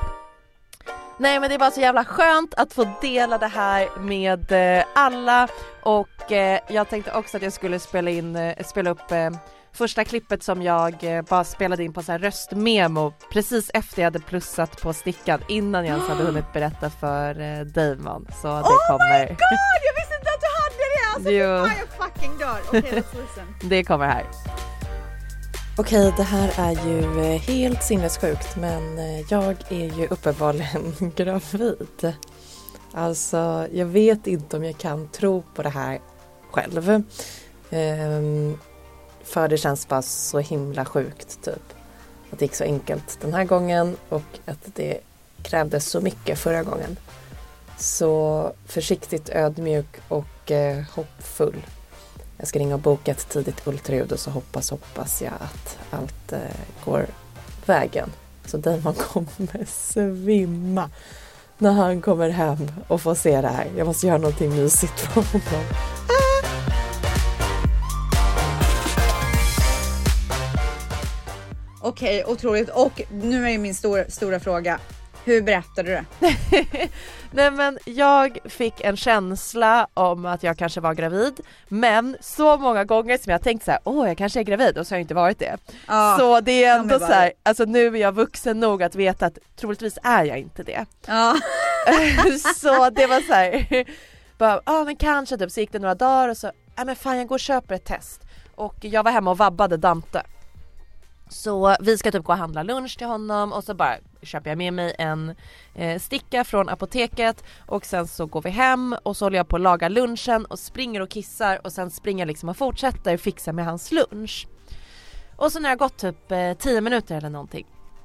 Nej, men det är bara så jävla skönt att få dela det här med alla. Och jag tänkte också att jag skulle spela upp första klippet som jag bara spelade in på så här röstmemo precis efter jag hade plussat på stickan, innan jag ens hade hunnit berätta för Damon. Så det kommer. Oh my god, jag visste inte att du hade det. Alltså jag fucking dör. Okej, let's listen. Det kommer här. Okej, det här är ju helt sinnessjukt, men jag är ju uppenbarligen gravid. Alltså, jag vet inte om jag kan tro på det här själv. För det känns bara så himla sjukt typ. Att det gick så enkelt den här gången och att det krävdes så mycket förra gången. Så försiktigt ödmjuk och hoppfull Jag ska ringa och boka ett tidigt ultraljud och så hoppas jag att allt går vägen. Så Damon kommer svimma när han kommer hem och får se det här. Jag måste göra någonting mysigt för honom. Okej, otroligt. Och nu är min stora fråga. Hur berättade du det? Nej, men jag fick en känsla om att jag kanske var gravid. Men så många gånger som jag tänkt så här, jag kanske är gravid, och så har jag inte varit det. Så det är ändå så här, alltså nu är jag vuxen nog att veta att troligtvis är jag inte det. Så det var så här, bara, men kanske typ, så gick det några dagar och så, men fan, jag går och köper ett test. Och jag var hemma och vabbade Dante. Så vi ska typ gå och handla lunch till honom och så bara köper jag med mig en sticka från apoteket och sen så går vi hem och så håller jag på att laga lunchen och springer och kissar och sen springer jag liksom och fortsätter fixa med hans lunch. Och så när det har gått typ 10 minuter eller någonting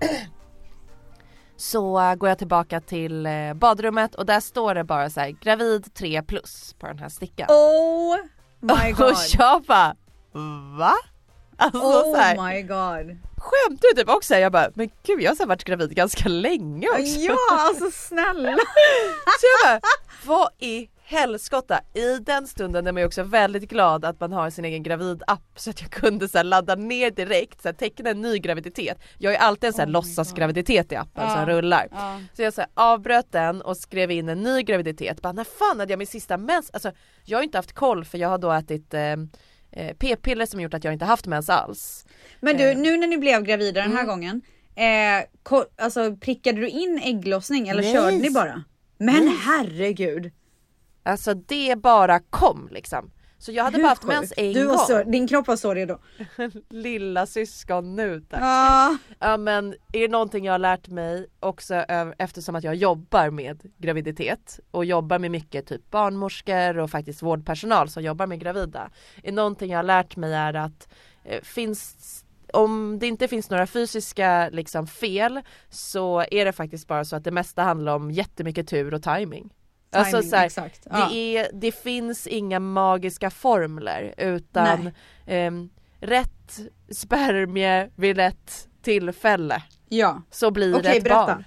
så går jag tillbaka till badrummet och där står det bara så här, gravid 3+ på den här stickan. Oh my god. Och jag bara, va? Alltså, oh så här, my god. Skämtar du typ också? Jag bara, men gud, jag har varit gravid ganska länge också. Ja, alltså snälla. Så jag bara, vad i helskotta? I den stunden är man ju också väldigt glad att man har sin egen gravidapp så att jag kunde så här ladda ner direkt, så här, teckna en ny graviditet. Jag har ju alltid en så här låtsasgraviditet i appen som rullar. Så jag så här, avbröt den och skrev in en ny graviditet. Bara, när fan hade jag min sista mens? Alltså, jag har inte haft koll för jag har då ätit p-piller som gjort att jag inte haft mens alls. Men du, nu när ni blev gravida den här gången, alltså prickade du in ägglossning eller körde ni bara? Men herregud. Alltså det bara kom liksom. Så jag hade bara haft mens en gång. Din kropp var så redo. Lilla syskon nu tack. Ja, men är det någonting jag har lärt mig också eftersom att jag jobbar med graviditet och jobbar med mycket typ barnmorskor och faktiskt vårdpersonal som jobbar med gravida. Är någonting jag har lärt mig är att om det inte finns några fysiska liksom fel så är det faktiskt bara så att det mesta handlar om jättemycket tur och timing. Alltså så här, exakt. Det finns inga magiska formler utan rätt spermie vid rätt tillfälle. Ja. Så blir det ett barn.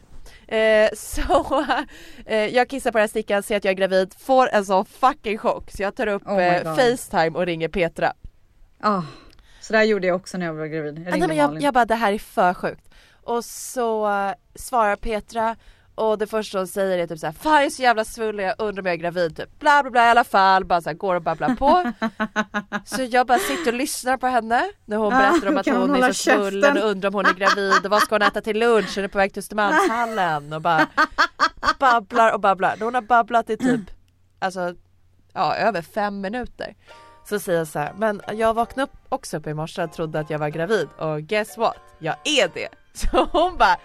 Jag kissar på den här stickan, ser att jag är gravid, får en sån fucking chock så jag tar upp FaceTime och ringer Petra. Så där gjorde jag också när jag var gravid. Jag bara, det här är för sjukt. Och så svarar Petra. Och det första hon säger är typ såhär, fan jag är så jävla svullen, jag undrar om jag är gravid typ. Bla bla bla i alla fall, bara så här, går och babblar på. Så jag bara sitter och lyssnar på henne när hon berättar om att hon är så svullen och undrar om hon är gravid. Och vad ska hon äta till lunch, hon är på väg till Östermalmshallen. Och bara babblar och babblar. Hon har babblat i typ över 5 minuter. Så säger jag så här, men jag vaknade också upp i morse och trodde att jag var gravid. Och guess what? Jag är det. Så hon bara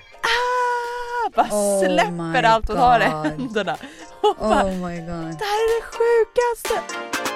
släpper allt hon har i händerna. Och bara, my god. Det här är det sjukaste.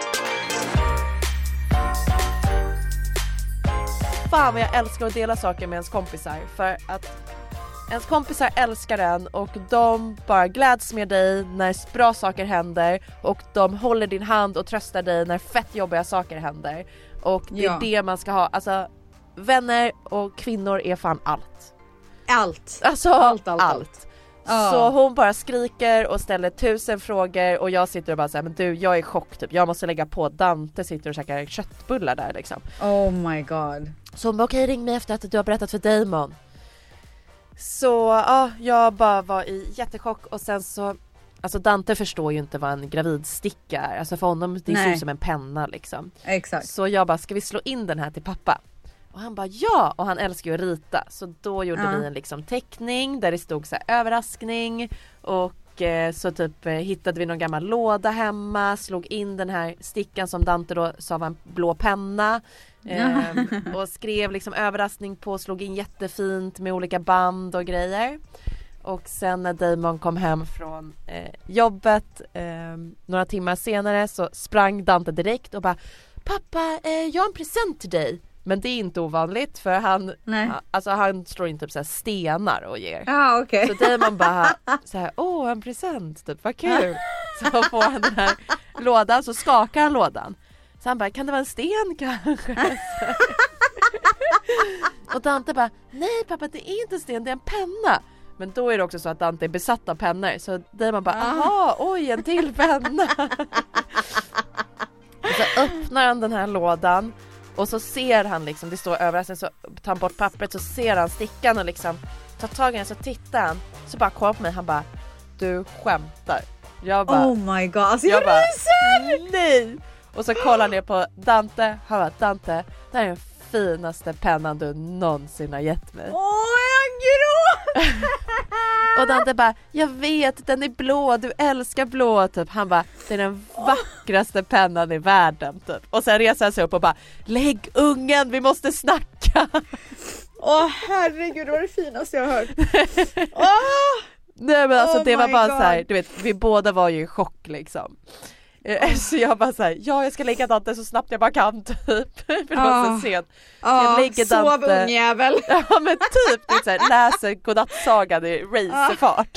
Fan vad jag älskar att dela saker med ens kompisar. För att ens kompisar älskar en och de bara gläds med dig när bra saker händer. Och de håller din hand och tröstar dig när fett jobbiga saker händer. Och det är det man ska ha. Alltså vänner och kvinnor är fan allt. Alltså allt. Så hon bara skriker och ställer 1000 frågor och jag sitter och bara säger, men du, jag är i chock typ. Jag måste lägga på. Dante sitter och käkar köttbullar där liksom. Oh my god. Så hon bara, okej, ring mig efter att du har berättat för Damon. Så jag bara var i jättechock och sen så, alltså Dante förstår ju inte vad en gravidsticka är. Alltså för honom, det ser ut som en penna liksom. Exakt. Så jag bara, ska vi slå in den här till pappa? Och han bara ja, och han älskar ju att rita. Så då gjorde vi en liksom teckning där det stod så här överraskning. Och så typ hittade vi någon gammal låda hemma. Slog in den här stickan som Dante då sa var en blå penna. Och skrev liksom överraskning på. Slog in jättefint med olika band och grejer. Och sen när Damon kom hem från jobbet några timmar senare så sprang Dante direkt och bara, pappa, jag har en present till dig. Men det är inte ovanligt för han slår in typ så här stenar och ger. Okay. Så Damon bara så här, en present typ, vad kul. Så får han den här lådan, så skakar han lådan. Så han bara, kan det vara en sten kanske? Och Dante bara, nej pappa, det är inte en sten, det är en penna. Men då är det också så att Dante är besatt av pennor. Så där man bara, aha, oj, en till penna. Och så öppnar han den här lådan. Och så ser han liksom, det står över, sen så tar han bort pappret, så ser han stickan och liksom tar tag i den, så tittar han. Så bara kollar på mig, han bara, du skämtar. Jag bara, oh my god, alltså jag bara, nej. Och så kollar han ner på Dante. Han bara, Dante, det här är den finaste pennan du någonsin har gett mig. Jag gråter. Och Dante bara, jag vet, den är blå, du älskar blå typ. Han bara, det är den vackraste pennan i världen typ. Och sen reser han sig upp och bara, lägg ungen, vi måste snacka. Herregud, det var det finaste jag har hört. Nej men alltså det var bara God. så här, du vet, vi båda var ju i chock liksom. Så jag bara såhär, jag ska lägga Dante så snabbt jag bara kan typ. För det var så sent. Jag lägger sov Dante. ungjävel. Ja men typ, det är så här, läser godnattsagan i racerfart.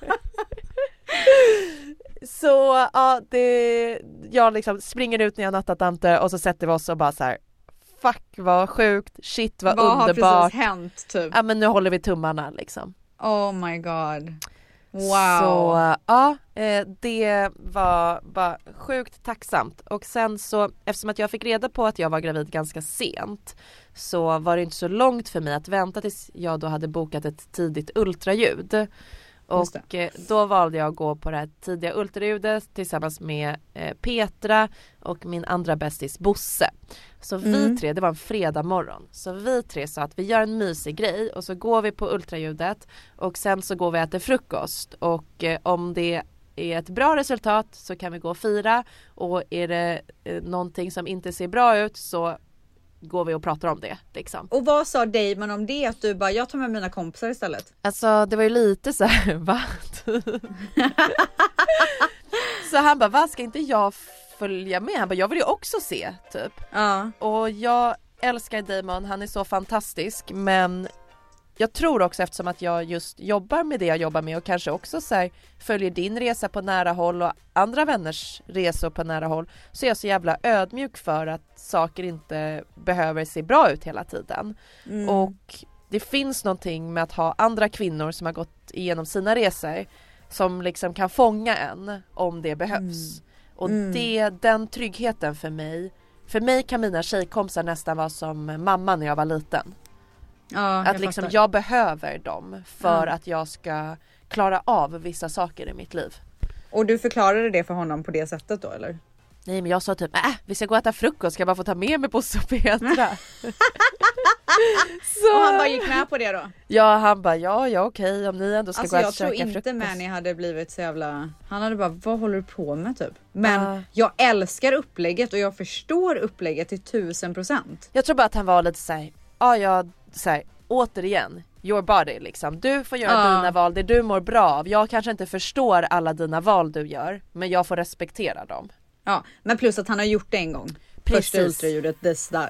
Så ja, jag liksom springer ut när jag nattat Dante. Och så sätter vi oss och bara så här, fuck vad sjukt, shit vad underbart. Vad har precis hänt typ? Ja men nu håller vi tummarna liksom. Oh my god. Wow. Så ja, det var bara sjukt tacksamt. Och sen så, eftersom att jag fick reda på att jag var gravid ganska sent, så var det inte så långt för mig att vänta tills jag då hade bokat ett tidigt ultraljud. Och då valde jag att gå på det här tidiga ultraljudet tillsammans med Petra och min andra bästis Bosse. Så vi tre, det var en fredag morgon. Så vi tre sa att vi gör en mysig grej och så går vi på ultraljudet och sen så går vi och äter frukost. Och om det är ett bra resultat så kan vi gå och fira. Och är det någonting som inte ser bra ut så går vi och pratar om det liksom. Och vad sa Damon om det? Att du bara, jag tar med mina kompisar istället. Alltså det var ju lite så här, va? Så han bara, vad ska inte jag följa med? Han bara, jag vill ju också se typ. Och jag älskar Damon, han är så fantastisk. Men jag tror också, eftersom att jag just jobbar med det jag jobbar med och kanske också så här, följer din resa på nära håll och andra vänners resor på nära håll, så är jag så jävla ödmjuk för att saker inte behöver se bra ut hela tiden. Och det finns någonting med att ha andra kvinnor som har gått igenom sina resor som liksom kan fånga en om det behövs. Och den tryggheten för mig kan mina tjejkompisar nästan vara som mamma när jag var liten. Att liksom jag behöver dem för att jag ska klara av vissa saker i mitt liv. Och du förklarade det för honom på det sättet då, eller? Nej, men jag sa typ, vi ska gå och äta frukost, ska jag bara få ta med mig Bosse och Petra. Och han bara gick med på det då? Ja, han bara, ja okej, om ni ändå ska gå och käka frukost. Jag tror inte med ni hade blivit så jävla... Han hade bara, vad håller du på med typ? Men jag älskar upplägget och jag förstår upplägget till 1000%. Jag tror bara att han var lite såhär, återigen, your body liksom. Du får göra dina val, det du mår bra av. Jag kanske inte förstår alla dina val du gör, men jag får respektera dem. Ja, men plus att han har gjort det en gång. Precis. Första ultraljudet, där.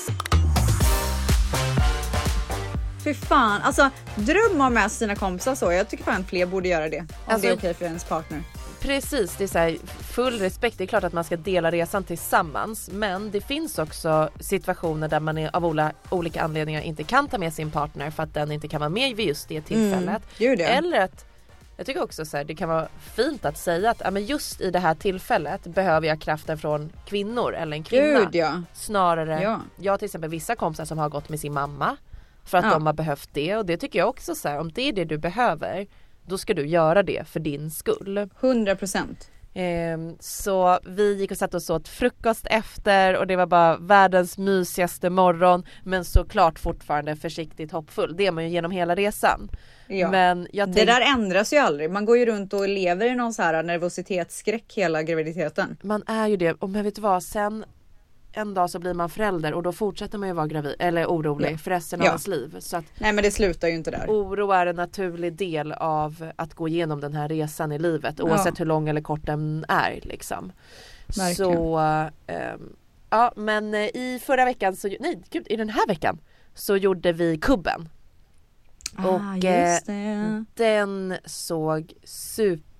Fy fan, alltså dröm om med sina kompisar så. Jag tycker fan fler borde göra det. Om det är okej för ens partner. Precis, det är så här, full respekt. Det är klart att man ska dela resan tillsammans. Men det finns också situationer där man av olika anledningar inte kan ta med sin partner för att den inte kan vara med vid just det tillfället. Eller att, jag tycker också så här, det kan vara fint att säga att men just i det här tillfället behöver jag kraften från kvinnor eller en kvinna. Snarare, jag har till exempel vissa kompisar som har gått med sin mamma för att de har behövt det. Och det tycker jag också så här, om det är det du behöver, då ska du göra det för din skull. 100%. Så vi gick och satt oss åt frukost efter och det var bara världens mysigaste morgon, men såklart fortfarande försiktigt hoppfull. Det är man ju genom hela resan. Ja. Men det där ändras ju aldrig. Man går ju runt och lever i någon så här nervositetsskräck hela graviditeten. Man är ju det. Och men vet du vad, sen en dag så blir man förälder och då fortsätter man ju vara gravid eller orolig för resten av ens liv. Så att nej, men det slutar ju inte där. Oro är en naturlig del av att gå igenom den här resan i livet, oavsett hur lång eller kort den är liksom. Verkligen. Så men i förra veckan i den här veckan så gjorde vi kubben. Och den såg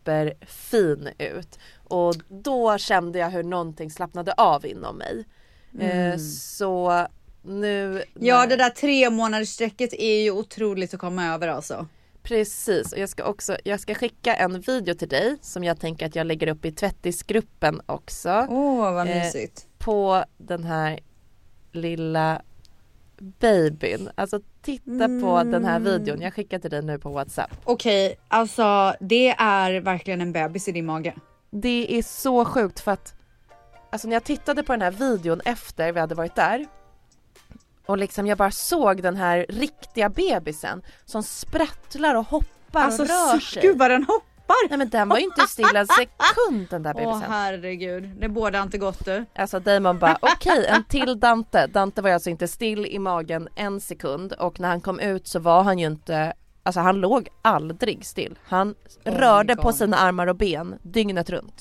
superfin ut. Och då kände jag hur någonting slappnade av inom mig. Så nu... Ja, det där 3 månaders sträcket är ju otroligt att komma över alltså. Precis, och jag ska skicka en video till dig som jag tänker att jag lägger upp i tvättisgruppen också. Vad mysigt. På den här lilla babyn. Alltså titta på den här videon. Jag skickar till dig nu på WhatsApp. Okej, alltså det är verkligen en bebis i din mage. Det är så sjukt för att alltså när jag tittade på den här videon efter vi hade varit där och liksom jag bara såg den här riktiga bebisen som sprattlar och hoppar alltså, och rör sig. Gud vad den hoppar! Nej men den var ju inte stilla en sekund den där bebisen. Herregud, det borde inte gått du. Alltså Damon bara okej, en till Dante. Dante var alltså inte still i magen en sekund och när han kom ut så var han ju inte, alltså han låg aldrig still. Han rörde på sina armar och ben dygnet runt.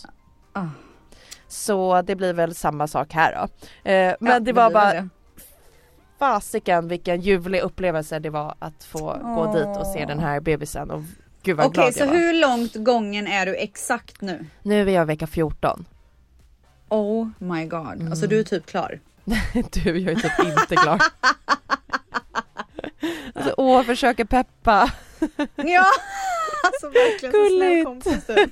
Så det blir väl samma sak här då. Men det var bara fasiken vilken ljuvlig upplevelse det var att få gå dit och se den här bebisen. Och gud vad glad jag var. Så hur långt gången är du exakt nu? Nu är jag vecka 14. Oh my god. Alltså du är typ klar. Du, jag är typ inte klar. Alltså, försöker peppa. Ja, alltså verkligen så snäll kompis du.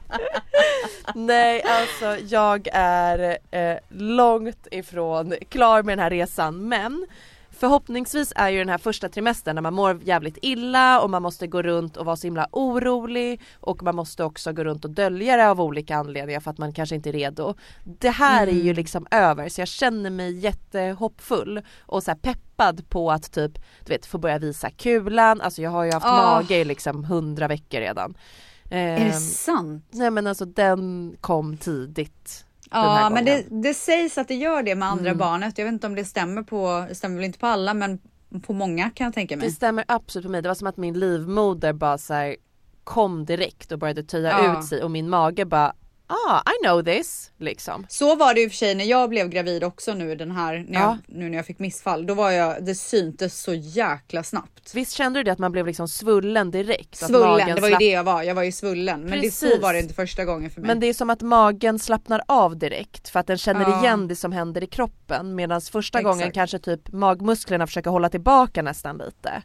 Nej, alltså jag är långt ifrån klar med den här resan. Men förhoppningsvis är ju den här första trimestern när man mår jävligt illa och man måste gå runt och vara så himla orolig och man måste också gå runt och dölja det av olika anledningar för att man kanske inte är redo. Det här är ju liksom över så jag känner mig jättehoppfull och så här peppad på att typ, du vet, få börja visa kulan. Alltså jag har ju haft mage i liksom 100 veckor redan. Är det sant? Nej men alltså den kom tidigt. Ja, men det sägs att det gör det med andra barnet. Jag vet inte om det stämmer väl inte på alla, men på många kan jag tänka mig. Det stämmer absolut på mig. Det var som att min livmoder bara så här kom direkt och började töja ut sig och min mage bara I know this liksom. Så var det ju för sig när jag blev gravid också nu den här när jag fick missfall. Då var det syntes så jäkla snabbt. Visst kände du det att man blev liksom svullen direkt? Svullen, det var ju det jag var. Jag var ju svullen. Men så var det inte första gången för mig. Men det är som att magen slappnar av direkt för att den känner igen det som händer i kroppen. Medan första gången kanske typ magmusklerna försöker hålla tillbaka nästan lite.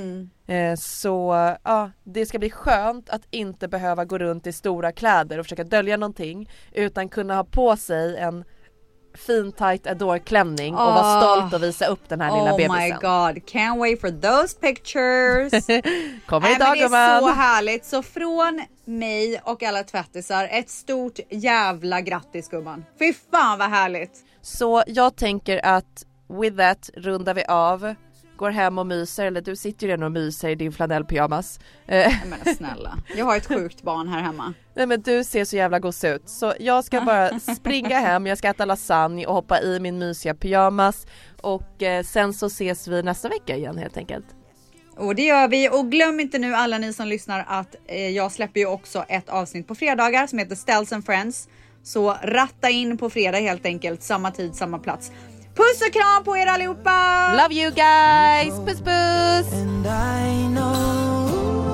Så det ska bli skönt att inte behöva gå runt i stora kläder och försöka dölja någonting utan kunna ha på sig en fin tight adore-klänning och vara stolt och visa upp den här lilla bebisen. Oh my god, can't wait for those pictures. Kommer idag, men det är så härligt. Så från mig och alla tvättisar, ett stort jävla grattis gumman. Fy fan vad härligt. Så jag tänker att with that rundar vi av. Går hem och myser, eller du sitter ju redan och myser i din flanellpyjamas. Men snälla, jag har ett sjukt barn här hemma. Nej men du ser så jävla gos ut. Så jag ska bara springa hem, jag ska äta lasagne och hoppa i min mysiga pyjamas. Och sen så ses vi nästa vecka igen helt enkelt. Och det gör vi, och glöm inte nu alla ni som lyssnar att jag släpper ju också ett avsnitt på fredagar som heter Stells and Friends. Så ratta in på fredag helt enkelt, samma tid, samma plats. Puss och kram på er allihopa! Love you guys! Puss puss! And I know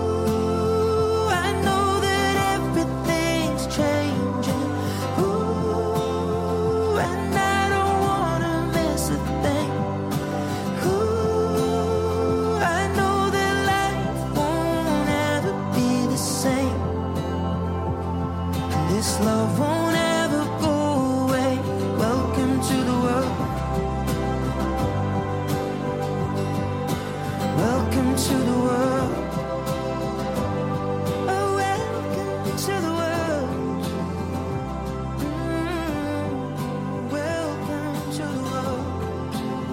that everything's changing. Ooh, and I don't wanna miss a thing. Ooh, I know that life won't ever be the same. And this love won't ever go away. Welcome to the world. Welcome to the world. Oh, welcome to the world. Welcome to the world.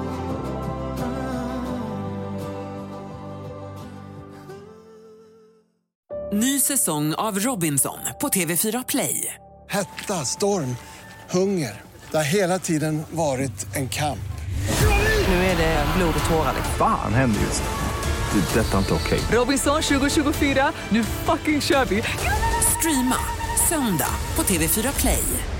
Ny säsong av Robinson på TV4 Play. Hetta, storm, hunger. Det har hela tiden varit en kamp. Nu är det blod och tårar. Fan händer just det. Det är detta inte okej. Robinson 2024, nu fucking kör vi. Streama söndag på TV4 Play.